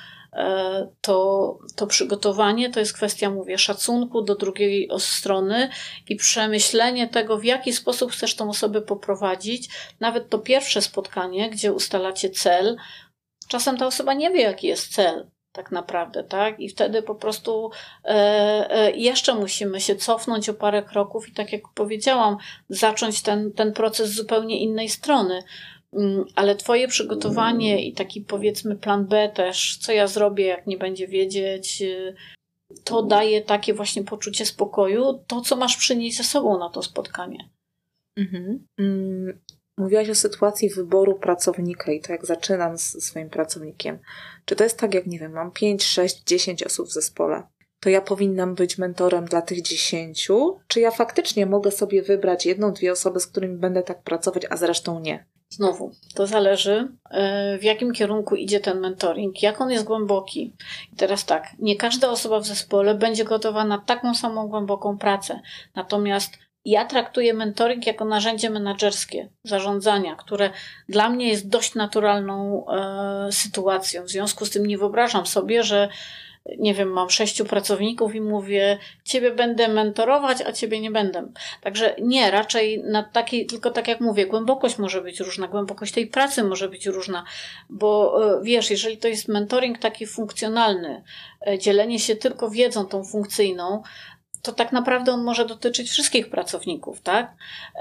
To, to przygotowanie to jest kwestia, mówię, szacunku do drugiej strony i przemyślenie tego, w jaki sposób chcesz tą osobę poprowadzić. Nawet to pierwsze spotkanie, gdzie ustalacie cel, czasem ta osoba nie wie, jaki jest cel tak naprawdę, tak? I wtedy po prostu e, e, jeszcze musimy się cofnąć o parę kroków i tak jak powiedziałam, zacząć ten, ten proces z zupełnie innej strony. Ale twoje przygotowanie i taki powiedzmy plan B też, co ja zrobię, jak nie będzie wiedzieć, to daje takie właśnie poczucie spokoju, to co masz przynieść ze sobą na to spotkanie. Mhm. Mm, mówiłaś o sytuacji wyboru pracownika i to jak zaczynam z swoim pracownikiem. Czy to jest tak, jak nie wiem, mam pięć, sześć, dziesięć osób w zespole, to ja powinnam być mentorem dla tych dziesięciu, czy ja faktycznie mogę sobie wybrać jedną, dwie osoby, z którymi będę tak pracować, a zresztą nie? Znowu, to zależy, w jakim kierunku idzie ten mentoring, jak on jest głęboki. I teraz tak, nie każda osoba w zespole będzie gotowa na taką samą głęboką pracę. Natomiast ja traktuję mentoring jako narzędzie menedżerskie, zarządzania, które dla mnie jest dość naturalną e, sytuacją. W związku z tym nie wyobrażam sobie, że nie wiem, mam sześciu pracowników i mówię, ciebie będę mentorować, a ciebie nie będę. Także nie, raczej na takiej, tylko tak jak mówię, głębokość może być różna, głębokość tej pracy może być różna, bo wiesz, jeżeli to jest mentoring taki funkcjonalny, dzielenie się tylko wiedzą tą funkcyjną, to tak naprawdę on może dotyczyć wszystkich pracowników, tak?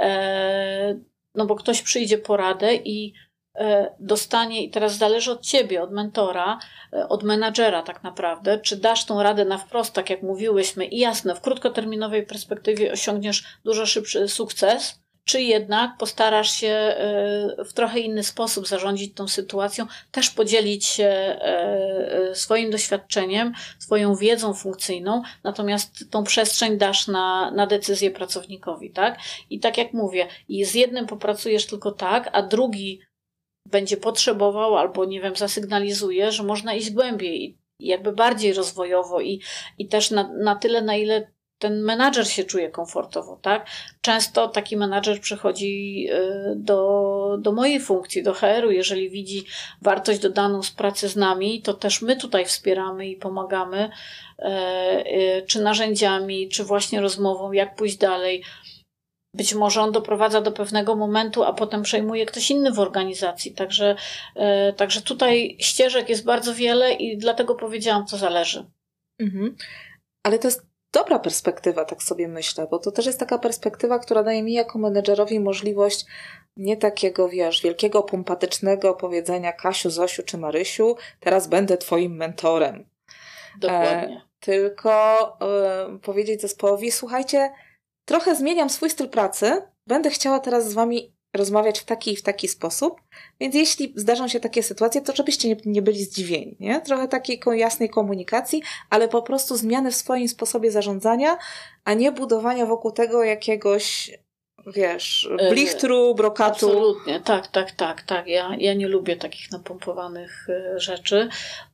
No bo ktoś przyjdzie po radę i dostanie, i teraz zależy od ciebie, od mentora, od menadżera tak naprawdę, czy dasz tą radę na wprost, tak jak mówiłyśmy, i jasne, w krótkoterminowej perspektywie osiągniesz dużo szybszy sukces, czy jednak postarasz się w trochę inny sposób zarządzić tą sytuacją, też podzielić się swoim doświadczeniem, swoją wiedzą funkcyjną, natomiast tą przestrzeń dasz na, na decyzję pracownikowi, tak? I tak jak mówię, i z jednym popracujesz tylko tak, a drugi będzie potrzebował albo, nie wiem, zasygnalizuje, że można iść głębiej i jakby bardziej rozwojowo i, i też na, na tyle, na ile ten menadżer się czuje komfortowo, tak? Często taki menadżer przychodzi do, do mojej funkcji, do H R u, jeżeli widzi wartość dodaną z pracy z nami, to też my tutaj wspieramy i pomagamy, czy narzędziami, czy właśnie rozmową, jak pójść dalej. Być może on doprowadza do pewnego momentu, a potem przejmuje ktoś inny w organizacji. Także, e, także tutaj ścieżek jest bardzo wiele i dlatego powiedziałam, co zależy. Mhm. Ale to jest dobra perspektywa, tak sobie myślę, bo to też jest taka perspektywa, która daje mi jako menedżerowi możliwość nie takiego, wiesz, wielkiego, pompatycznego powiedzenia Kasiu, Zosiu czy Marysiu, teraz będę twoim mentorem. Dokładnie. E, tylko e, powiedzieć zespołowi, słuchajcie, trochę zmieniam swój styl pracy, będę chciała teraz z wami rozmawiać w taki i w taki sposób, więc jeśli zdarzą się takie sytuacje, to żebyście nie, nie byli zdziwieni, nie? Trochę takiej jasnej komunikacji, ale po prostu zmiany w swoim sposobie zarządzania, a nie budowania wokół tego jakiegoś, wiesz, blichtru, brokatu. Absolutnie, tak, tak, tak, tak. Ja, ja nie lubię takich napompowanych rzeczy.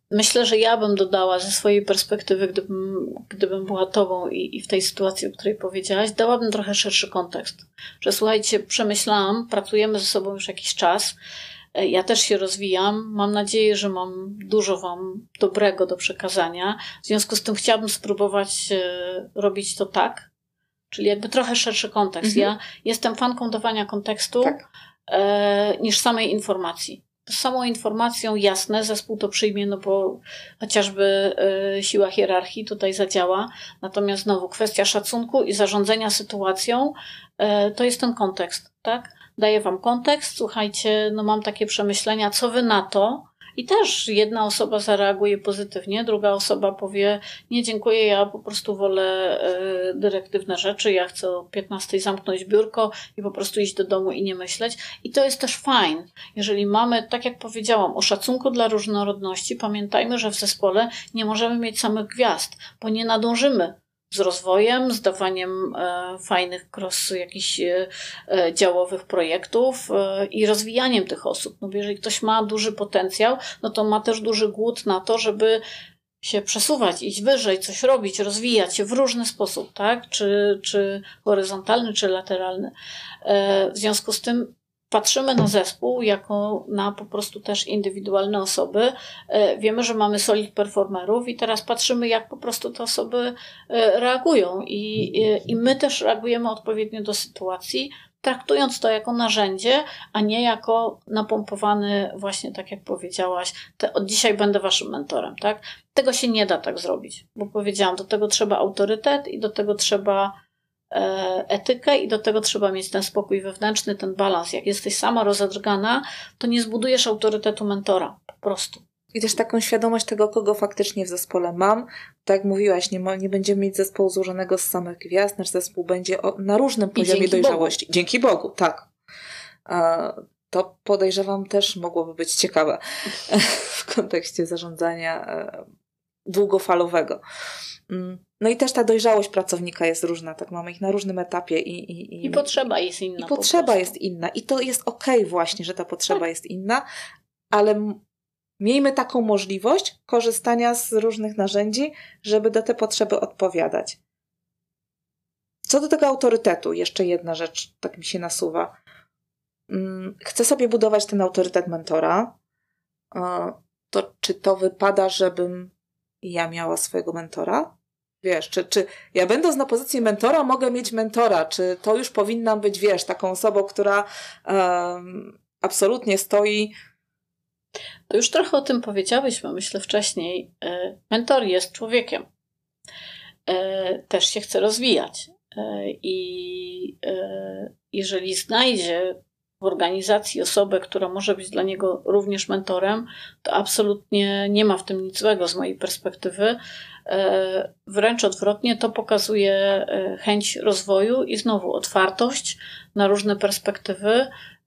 Myślę, że ja bym dodała ze swojej perspektywy, gdybym, gdybym była tobą i, i w tej sytuacji, o której powiedziałaś, dałabym trochę szerszy kontekst. Że słuchajcie, przemyślałam, pracujemy ze sobą już jakiś czas, ja też się rozwijam, mam nadzieję, że mam dużo wam dobrego do przekazania. W związku z tym chciałabym spróbować robić to tak, czyli jakby trochę szerszy kontekst. Mhm. Ja jestem fanką dawania kontekstu tak. e, niż samej informacji. Z samą informacją jasne, zespół to przyjmie, no bo chociażby y, siła hierarchii tutaj zadziała. Natomiast znowu kwestia szacunku i zarządzania sytuacją y, to jest ten kontekst, tak? Daję wam kontekst, słuchajcie, no mam takie przemyślenia, co wy na to? I też jedna osoba zareaguje pozytywnie, druga osoba powie, nie dziękuję, ja po prostu wolę y, dyrektywne rzeczy, ja chcę o piętnastej zamknąć biurko i po prostu iść do domu i nie myśleć. I to jest też fajne. Jeżeli mamy, tak jak powiedziałam, o szacunku dla różnorodności, pamiętajmy, że w zespole nie możemy mieć samych gwiazd, bo nie nadążymy z rozwojem, z dawaniem e, fajnych cross jakichś e, działowych projektów e, i rozwijaniem tych osób. No bo jeżeli ktoś ma duży potencjał, no to ma też duży głód na to, żeby się przesuwać, iść wyżej, coś robić, rozwijać się w różny sposób, tak? Czy, czy horyzontalny, czy lateralny. E, w związku z tym patrzymy na zespół jako na po prostu też indywidualne osoby. Wiemy, że mamy solid performerów i teraz patrzymy, jak po prostu te osoby reagują i, i my też reagujemy odpowiednio do sytuacji, traktując to jako narzędzie, a nie jako napompowany właśnie, tak jak powiedziałaś, te, od dzisiaj będę waszym mentorem, tak? Tego się nie da tak zrobić, bo powiedziałam, do tego trzeba autorytet i do tego trzeba etykę i do tego trzeba mieć ten spokój wewnętrzny, ten balans. Jak jesteś sama rozedrgana, to nie zbudujesz autorytetu mentora. Po prostu. I też taką świadomość tego, kogo faktycznie w zespole mam. Tak jak mówiłaś, nie, ma, nie będziemy mieć zespołu złożonego z samych gwiazd. Nasz zespół będzie o, na różnym poziomie dojrzałości. Bogu. Dzięki Bogu, tak. A, to podejrzewam też mogłoby być ciekawe w kontekście zarządzania długofalowego. No i też ta dojrzałość pracownika jest różna, tak mamy ich na różnym etapie. I, i, i, I potrzeba jest inna. I potrzeba po jest inna. I to jest okej okay właśnie, że ta potrzeba tak. jest inna, ale m- miejmy taką możliwość korzystania z różnych narzędzi, żeby do tej potrzeby odpowiadać. Co do tego autorytetu, jeszcze jedna rzecz tak mi się nasuwa. Chcę sobie budować ten autorytet mentora. To czy to wypada, żebym ja miała swojego mentora? Wiesz, czy, czy ja będąc na pozycji mentora mogę mieć mentora? Czy to już powinnam być, wiesz, taką osobą, która um, absolutnie stoi... To już trochę o tym powiedziałyśmy, myślę, wcześniej. Mentor jest człowiekiem. Też się chce rozwijać. I jeżeli znajdzie w organizacji osobę, która może być dla niego również mentorem, to absolutnie nie ma w tym nic złego z mojej perspektywy. Wręcz odwrotnie, to pokazuje chęć rozwoju i znowu otwartość na różne perspektywy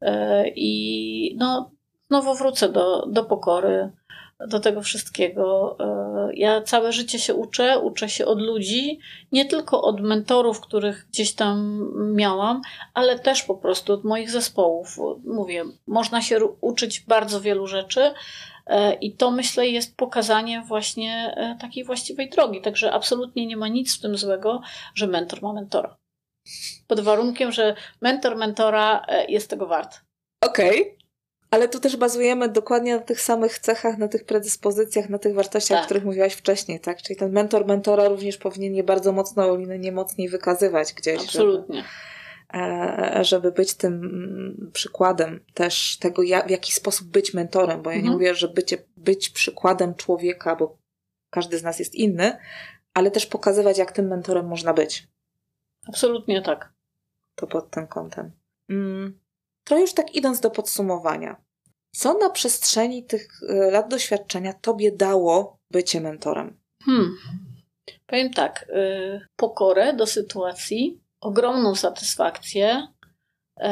i no, znowu wrócę do, do pokory, do tego wszystkiego. Ja całe życie się uczę, uczę się od ludzi, nie tylko od mentorów, których gdzieś tam miałam, ale też po prostu od moich zespołów. Mówię, można się uczyć bardzo wielu rzeczy i to, myślę, jest pokazanie właśnie takiej właściwej drogi. Także absolutnie nie ma nic w tym złego, że mentor ma mentora. Pod warunkiem, że mentor mentora jest tego wart. Okej. Okay. Ale tu też bazujemy dokładnie na tych samych cechach, na tych predyspozycjach, na tych wartościach, tak. o których mówiłaś wcześniej, tak? Czyli ten mentor mentora również powinien je bardzo mocno, o ile nie mocniej wykazywać gdzieś. Absolutnie. Żeby, żeby być tym przykładem też tego, jak, w jaki sposób być mentorem, bo ja mhm. nie mówię, że bycie, być przykładem człowieka, bo każdy z nas jest inny, ale też pokazywać, jak tym mentorem można być. Absolutnie tak. To pod tym kątem. Mm. To już tak idąc do podsumowania. Co na przestrzeni tych lat doświadczenia tobie dało bycie mentorem? Hmm. Powiem tak. Yy, pokorę do sytuacji, ogromną satysfakcję yy,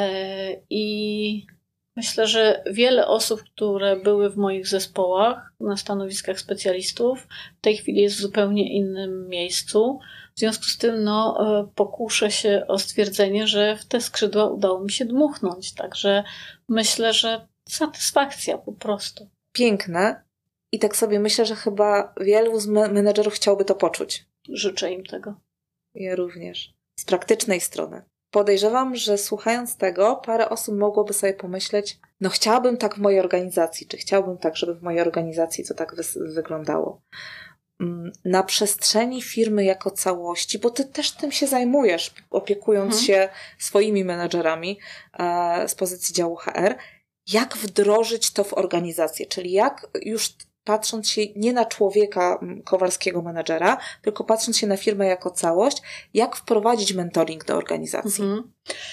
i myślę, że wiele osób, które były w moich zespołach na stanowiskach specjalistów, w tej chwili jest w zupełnie innym miejscu. W związku z tym no, pokuszę się o stwierdzenie, że w te skrzydła udało mi się dmuchnąć. Także myślę, że satysfakcja po prostu. Piękne. I tak sobie myślę, że chyba wielu z menedżerów chciałoby to poczuć. Życzę im tego. Ja również. Z praktycznej strony. Podejrzewam, że słuchając tego, parę osób mogłoby sobie pomyśleć, no chciałabym tak w mojej organizacji, czy chciałbym tak, żeby w mojej organizacji to tak wy- wyglądało. Na przestrzeni firmy jako całości, bo ty też tym się zajmujesz, opiekując mhm. się swoimi menedżerami e, z pozycji działu H R, jak wdrożyć to w organizację, czyli jak już patrząc się nie na człowieka, Kowalskiego menedżera, tylko patrząc się na firmę jako całość, jak wprowadzić mentoring do organizacji? Mhm.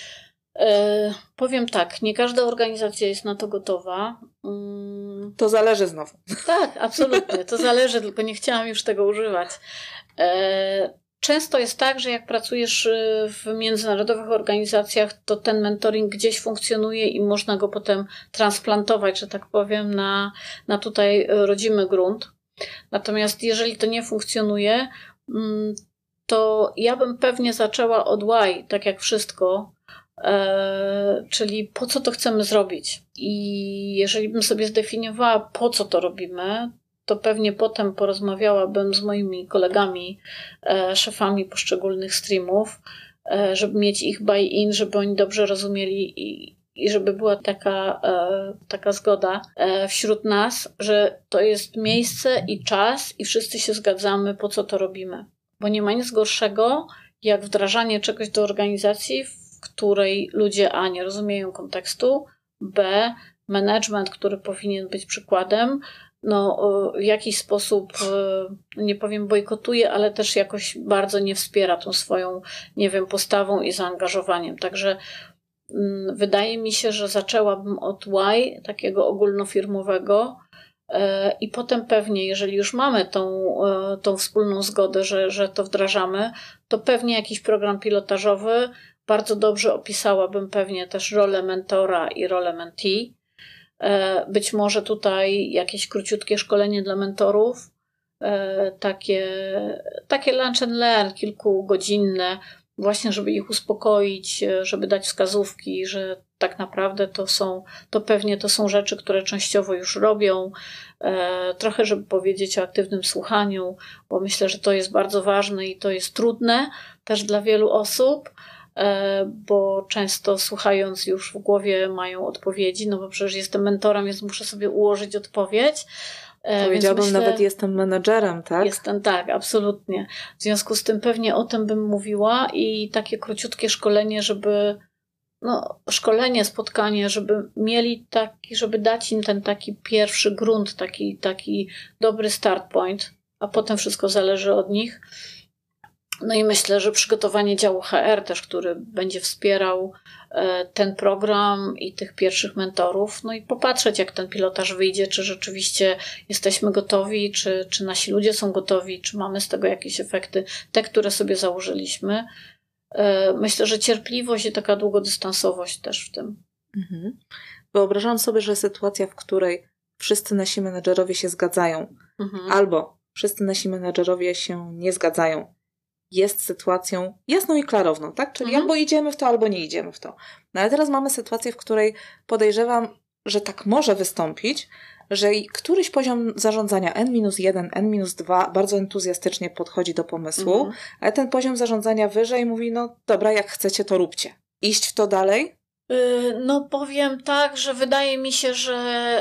E, powiem tak, nie każda organizacja jest na to gotowa. Mm. To zależy znowu. Tak, absolutnie, to zależy, tylko nie chciałam już tego używać. E, Często jest tak, że jak pracujesz w międzynarodowych organizacjach, to ten mentoring gdzieś funkcjonuje i można go potem transplantować, że tak powiem, na, na tutaj rodzimy grunt. Natomiast jeżeli to nie funkcjonuje, to ja bym pewnie zaczęła od why, tak jak wszystko, e, czyli po co to chcemy zrobić. I jeżeli bym sobie zdefiniowała, po co to robimy, to pewnie potem porozmawiałabym z moimi kolegami, e, szefami poszczególnych streamów, e, żeby mieć ich buy-in, żeby oni dobrze rozumieli i, i żeby była taka, e, taka zgoda e, wśród nas, że to jest miejsce i czas i wszyscy się zgadzamy, po co to robimy. Bo nie ma nic gorszego, jak wdrażanie czegoś do organizacji, w której ludzie a. nie rozumieją kontekstu, b. management, który powinien być przykładem, no, w jakiś sposób, nie powiem bojkotuje, ale też jakoś bardzo nie wspiera tą swoją, nie wiem, postawą i zaangażowaniem. Także mm, wydaje mi się, że zaczęłabym od why, takiego ogólnofirmowego, e, i potem pewnie, jeżeli już mamy tą, e, tą wspólną zgodę, że, że to wdrażamy, to pewnie jakiś program pilotażowy. Bardzo dobrze opisałabym pewnie też rolę mentora i rolę mentee. Być może tutaj jakieś króciutkie szkolenie dla mentorów, takie, takie lunch and learn, kilkugodzinne, właśnie żeby ich uspokoić, żeby dać wskazówki, że tak naprawdę to są, to pewnie to są rzeczy, które częściowo już robią. Trochę, żeby powiedzieć o aktywnym słuchaniu, bo myślę, że to jest bardzo ważne i to jest trudne też dla wielu osób, bo często słuchając już w głowie mają odpowiedzi, no bo przecież jestem mentorem, więc muszę sobie ułożyć odpowiedź. Powiedziałabym myślę, nawet jestem menadżerem, tak? Jestem, tak, absolutnie. W związku z tym pewnie o tym bym mówiła i takie króciutkie szkolenie, żeby no, szkolenie, spotkanie, żeby mieli taki, żeby dać im ten taki pierwszy grunt, taki, taki dobry start point, a potem wszystko zależy od nich. No i myślę, że przygotowanie działu H R też, który będzie wspierał ten program i tych pierwszych mentorów, no i popatrzeć, jak ten pilotaż wyjdzie, czy rzeczywiście jesteśmy gotowi, czy, czy nasi ludzie są gotowi, czy mamy z tego jakieś efekty, te, które sobie założyliśmy. Myślę, że cierpliwość i taka długodystansowość też w tym. Mhm. Wyobrażam sobie, że sytuacja, w której wszyscy nasi menedżerowie się zgadzają, mhm. albo wszyscy nasi menedżerowie się nie zgadzają, jest sytuacją jasną i klarowną, tak? Czyli mhm. albo idziemy w to, albo nie idziemy w to. No ale teraz mamy sytuację, w której podejrzewam, że tak może wystąpić, że któryś poziom zarządzania en minus jeden, en minus dwa bardzo entuzjastycznie podchodzi do pomysłu, mhm. ale ten poziom zarządzania wyżej mówi, no dobra, jak chcecie, to róbcie. Iść w to dalej? No powiem tak, że wydaje mi się, że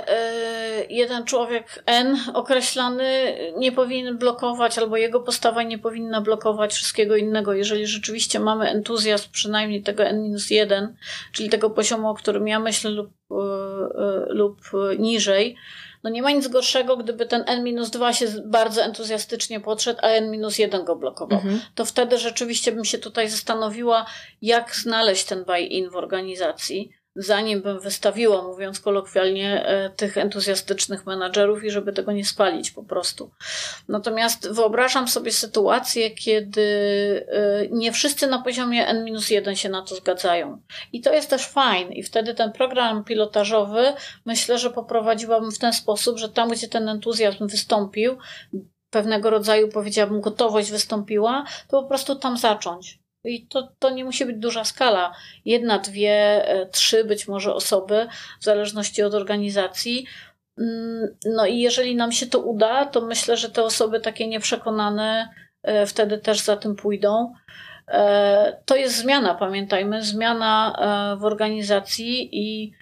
jeden człowiek N określany nie powinien blokować, albo jego postawa nie powinna blokować wszystkiego innego. Jeżeli rzeczywiście mamy entuzjazm przynajmniej tego en minus jeden, czyli tego poziomu, o którym ja myślę, lub, lub niżej, no nie ma nic gorszego, gdyby ten en minus dwa się bardzo entuzjastycznie podszedł, a en minus jeden go blokował. Mhm. To wtedy rzeczywiście bym się tutaj zastanowiła, jak znaleźć ten buy-in w organizacji, zanim bym wystawiła, mówiąc kolokwialnie, tych entuzjastycznych menadżerów i żeby tego nie spalić po prostu. Natomiast wyobrażam sobie sytuację, kiedy nie wszyscy na poziomie en minus jeden się na to zgadzają. I to jest też fajne. I wtedy ten program pilotażowy myślę, że poprowadziłabym w ten sposób, że tam, gdzie ten entuzjazm wystąpił, pewnego rodzaju, powiedziałabym, gotowość wystąpiła, to po prostu tam zacząć. I to, to nie musi być duża skala. Jedna, dwie, trzy być może osoby, w zależności od organizacji. No i jeżeli nam się to uda, to myślę, że te osoby takie nieprzekonane wtedy też za tym pójdą. To jest zmiana, pamiętajmy, zmiana w organizacji i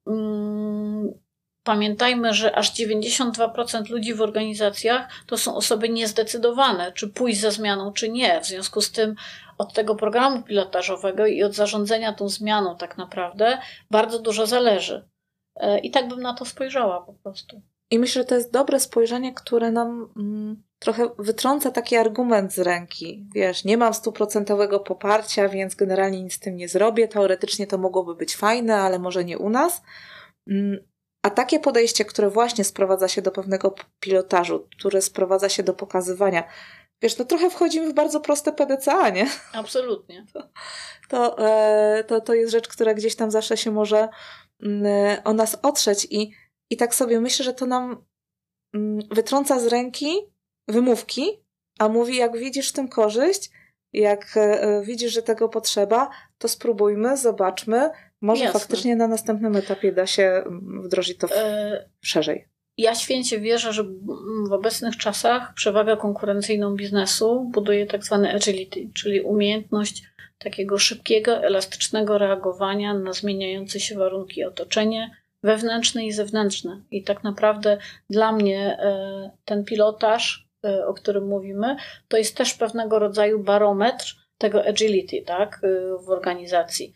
pamiętajmy, że aż dziewięćdziesiąt dwa procent ludzi w organizacjach to są osoby niezdecydowane, czy pójść za zmianą, czy nie. W związku z tym od tego programu pilotażowego i od zarządzania tą zmianą tak naprawdę bardzo dużo zależy. I tak bym na to spojrzała po prostu. I myślę, że to jest dobre spojrzenie, które nam mm, trochę wytrąca taki argument z ręki. Wiesz, nie mam stuprocentowego poparcia, więc generalnie nic z tym nie zrobię. Teoretycznie to mogłoby być fajne, ale może nie u nas. Mm, a takie podejście, które właśnie sprowadza się do pewnego pilotażu, które sprowadza się do pokazywania, wiesz, to trochę wchodzimy w bardzo proste P D C A, nie? Absolutnie. To, to, to, to jest rzecz, która gdzieś tam zawsze się może o nas otrzeć i, i tak sobie myślę, że to nam wytrąca z ręki wymówki, a mówi, jak widzisz w tym korzyść, jak widzisz, że tego potrzeba, to spróbujmy, zobaczmy, może Jasne. faktycznie na następnym etapie da się wdrożyć to w, e... szerzej. Ja święcie wierzę, że w obecnych czasach przewagę konkurencyjną biznesu buduje tak zwany agility, czyli umiejętność takiego szybkiego, elastycznego reagowania na zmieniające się warunki, otoczenie wewnętrzne i zewnętrzne. I tak naprawdę dla mnie ten pilotaż, o którym mówimy, to jest też pewnego rodzaju barometr tego agility, tak, w organizacji.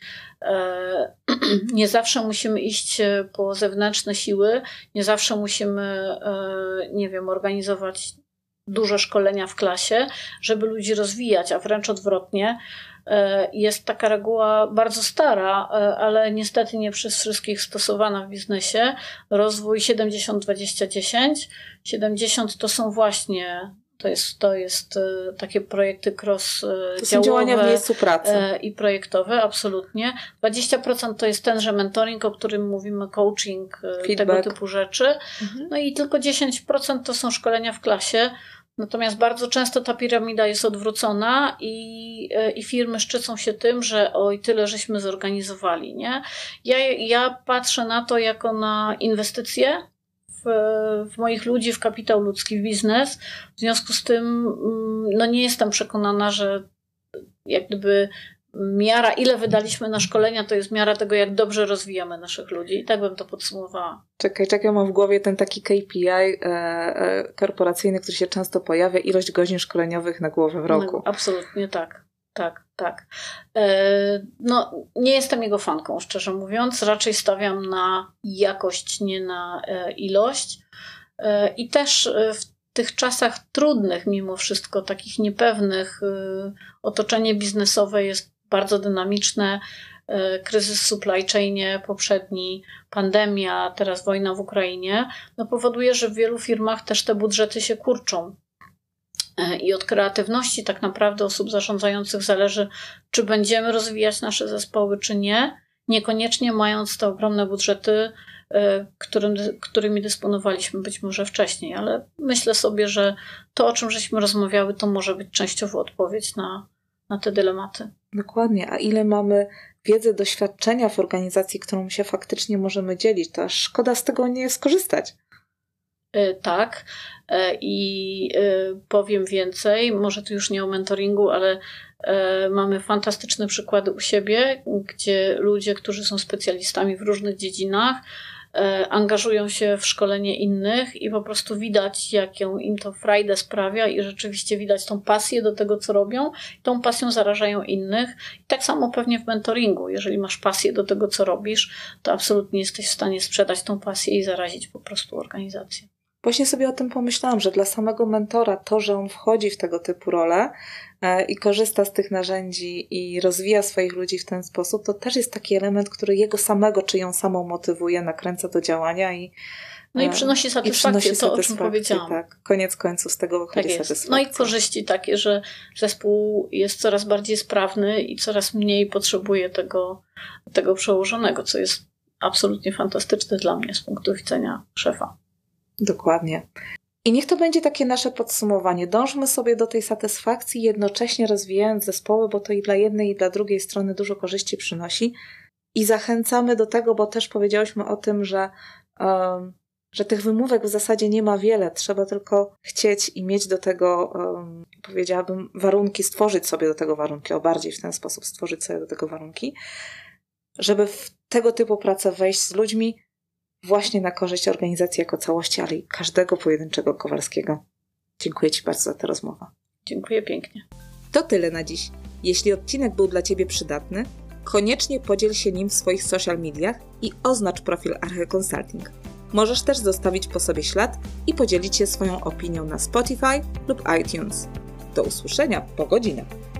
Nie zawsze musimy iść po zewnętrzne siły, nie zawsze musimy, nie wiem, organizować duże szkolenia w klasie, żeby ludzi rozwijać, a wręcz odwrotnie. Jest taka reguła bardzo stara, ale niestety nie przez wszystkich stosowana w biznesie. Rozwój siedemdziesiąt dwadzieścia dziesięć. siedemdziesiąt to są właśnie, to jest, to jest takie projekty cross-działowe. To są działania w miejscu pracy. I projektowe, absolutnie. dwadzieścia procent to jest tenże mentoring, o którym mówimy, coaching, feedback, tego typu rzeczy. Mhm. No i tylko dziesięć procent to są szkolenia w klasie. Natomiast bardzo często ta piramida jest odwrócona i, i firmy szczycą się tym, że oj, tyle żeśmy zorganizowali, nie? Ja, ja patrzę na to jako na inwestycje w, w moich ludzi, w kapitał ludzki, w biznes. W związku z tym no nie jestem przekonana, że jak gdyby miara, ile wydaliśmy na szkolenia, to jest miara tego, jak dobrze rozwijamy naszych ludzi. I tak bym to podsumowała. Czekaj, czekaj, mam w głowie ten taki K P I e, e, korporacyjny, który się często pojawia, ilość godzin szkoleniowych na głowę w roku. No, absolutnie tak. Tak, tak. E, no, nie jestem jego fanką, szczerze mówiąc. Raczej stawiam na jakość, nie na e, ilość. E, I też w tych czasach trudnych, mimo wszystko, takich niepewnych, e, otoczenie biznesowe jest bardzo dynamiczne, kryzys w supply chainie poprzedni, pandemia, teraz wojna w Ukrainie, no powoduje, że w wielu firmach też te budżety się kurczą. I od kreatywności tak naprawdę osób zarządzających zależy, czy będziemy rozwijać nasze zespoły, czy nie, niekoniecznie mając te ogromne budżety, którym, którymi dysponowaliśmy być może wcześniej, ale myślę sobie, że to, o czym żeśmy rozmawiały, to może być częściowo odpowiedź na na te dylematy. Dokładnie. A ile mamy wiedzy, doświadczenia w organizacji, którą się faktycznie możemy dzielić, to aż szkoda z tego nie skorzystać. Yy, tak. Yy, I yy, powiem więcej, może to już nie o mentoringu, ale yy, mamy fantastyczne przykłady u siebie, gdzie ludzie, którzy są specjalistami w różnych dziedzinach, angażują się w szkolenie innych i po prostu widać, jaką im to frajdę sprawia i rzeczywiście widać tą pasję do tego, co robią. Tą pasją zarażają innych. I tak samo pewnie w mentoringu. Jeżeli masz pasję do tego, co robisz, to absolutnie jesteś w stanie sprzedać tą pasję i zarazić po prostu organizację. Właśnie sobie o tym pomyślałam, że dla samego mentora to, że on wchodzi w tego typu role i korzysta z tych narzędzi i rozwija swoich ludzi w ten sposób, to też jest taki element, który jego samego czy ją samą motywuje, nakręca do działania i no i przynosi satysfakcję, i przynosi to o czym powiedziałam. Tak, koniec końców z tego wychodzi tak satysfakcja. No i korzyści takie, że zespół jest coraz bardziej sprawny i coraz mniej potrzebuje tego, tego przełożonego, co jest absolutnie fantastyczne dla mnie z punktu widzenia szefa. Dokładnie. I niech to będzie takie nasze podsumowanie. Dążmy sobie do tej satysfakcji, jednocześnie rozwijając zespoły, bo to i dla jednej, i dla drugiej strony dużo korzyści przynosi. I zachęcamy do tego, bo też powiedziałyśmy o tym, że, um, że tych wymówek w zasadzie nie ma wiele, trzeba tylko chcieć i mieć do tego, um, powiedziałabym, warunki, stworzyć sobie do tego warunki, o bardziej w ten sposób stworzyć sobie do tego warunki, żeby w tego typu pracę wejść z ludźmi właśnie na korzyść organizacji jako całości, ale i każdego pojedynczego Kowalskiego. Dziękuję Ci bardzo za tę rozmowę. Dziękuję pięknie. To tyle na dziś. Jeśli odcinek był dla Ciebie przydatny, koniecznie podziel się nim w swoich social mediach i oznacz profil Arche Consulting. Możesz też zostawić po sobie ślad i podzielić się swoją opinią na Spotify lub iTunes. Do usłyszenia po godzinę.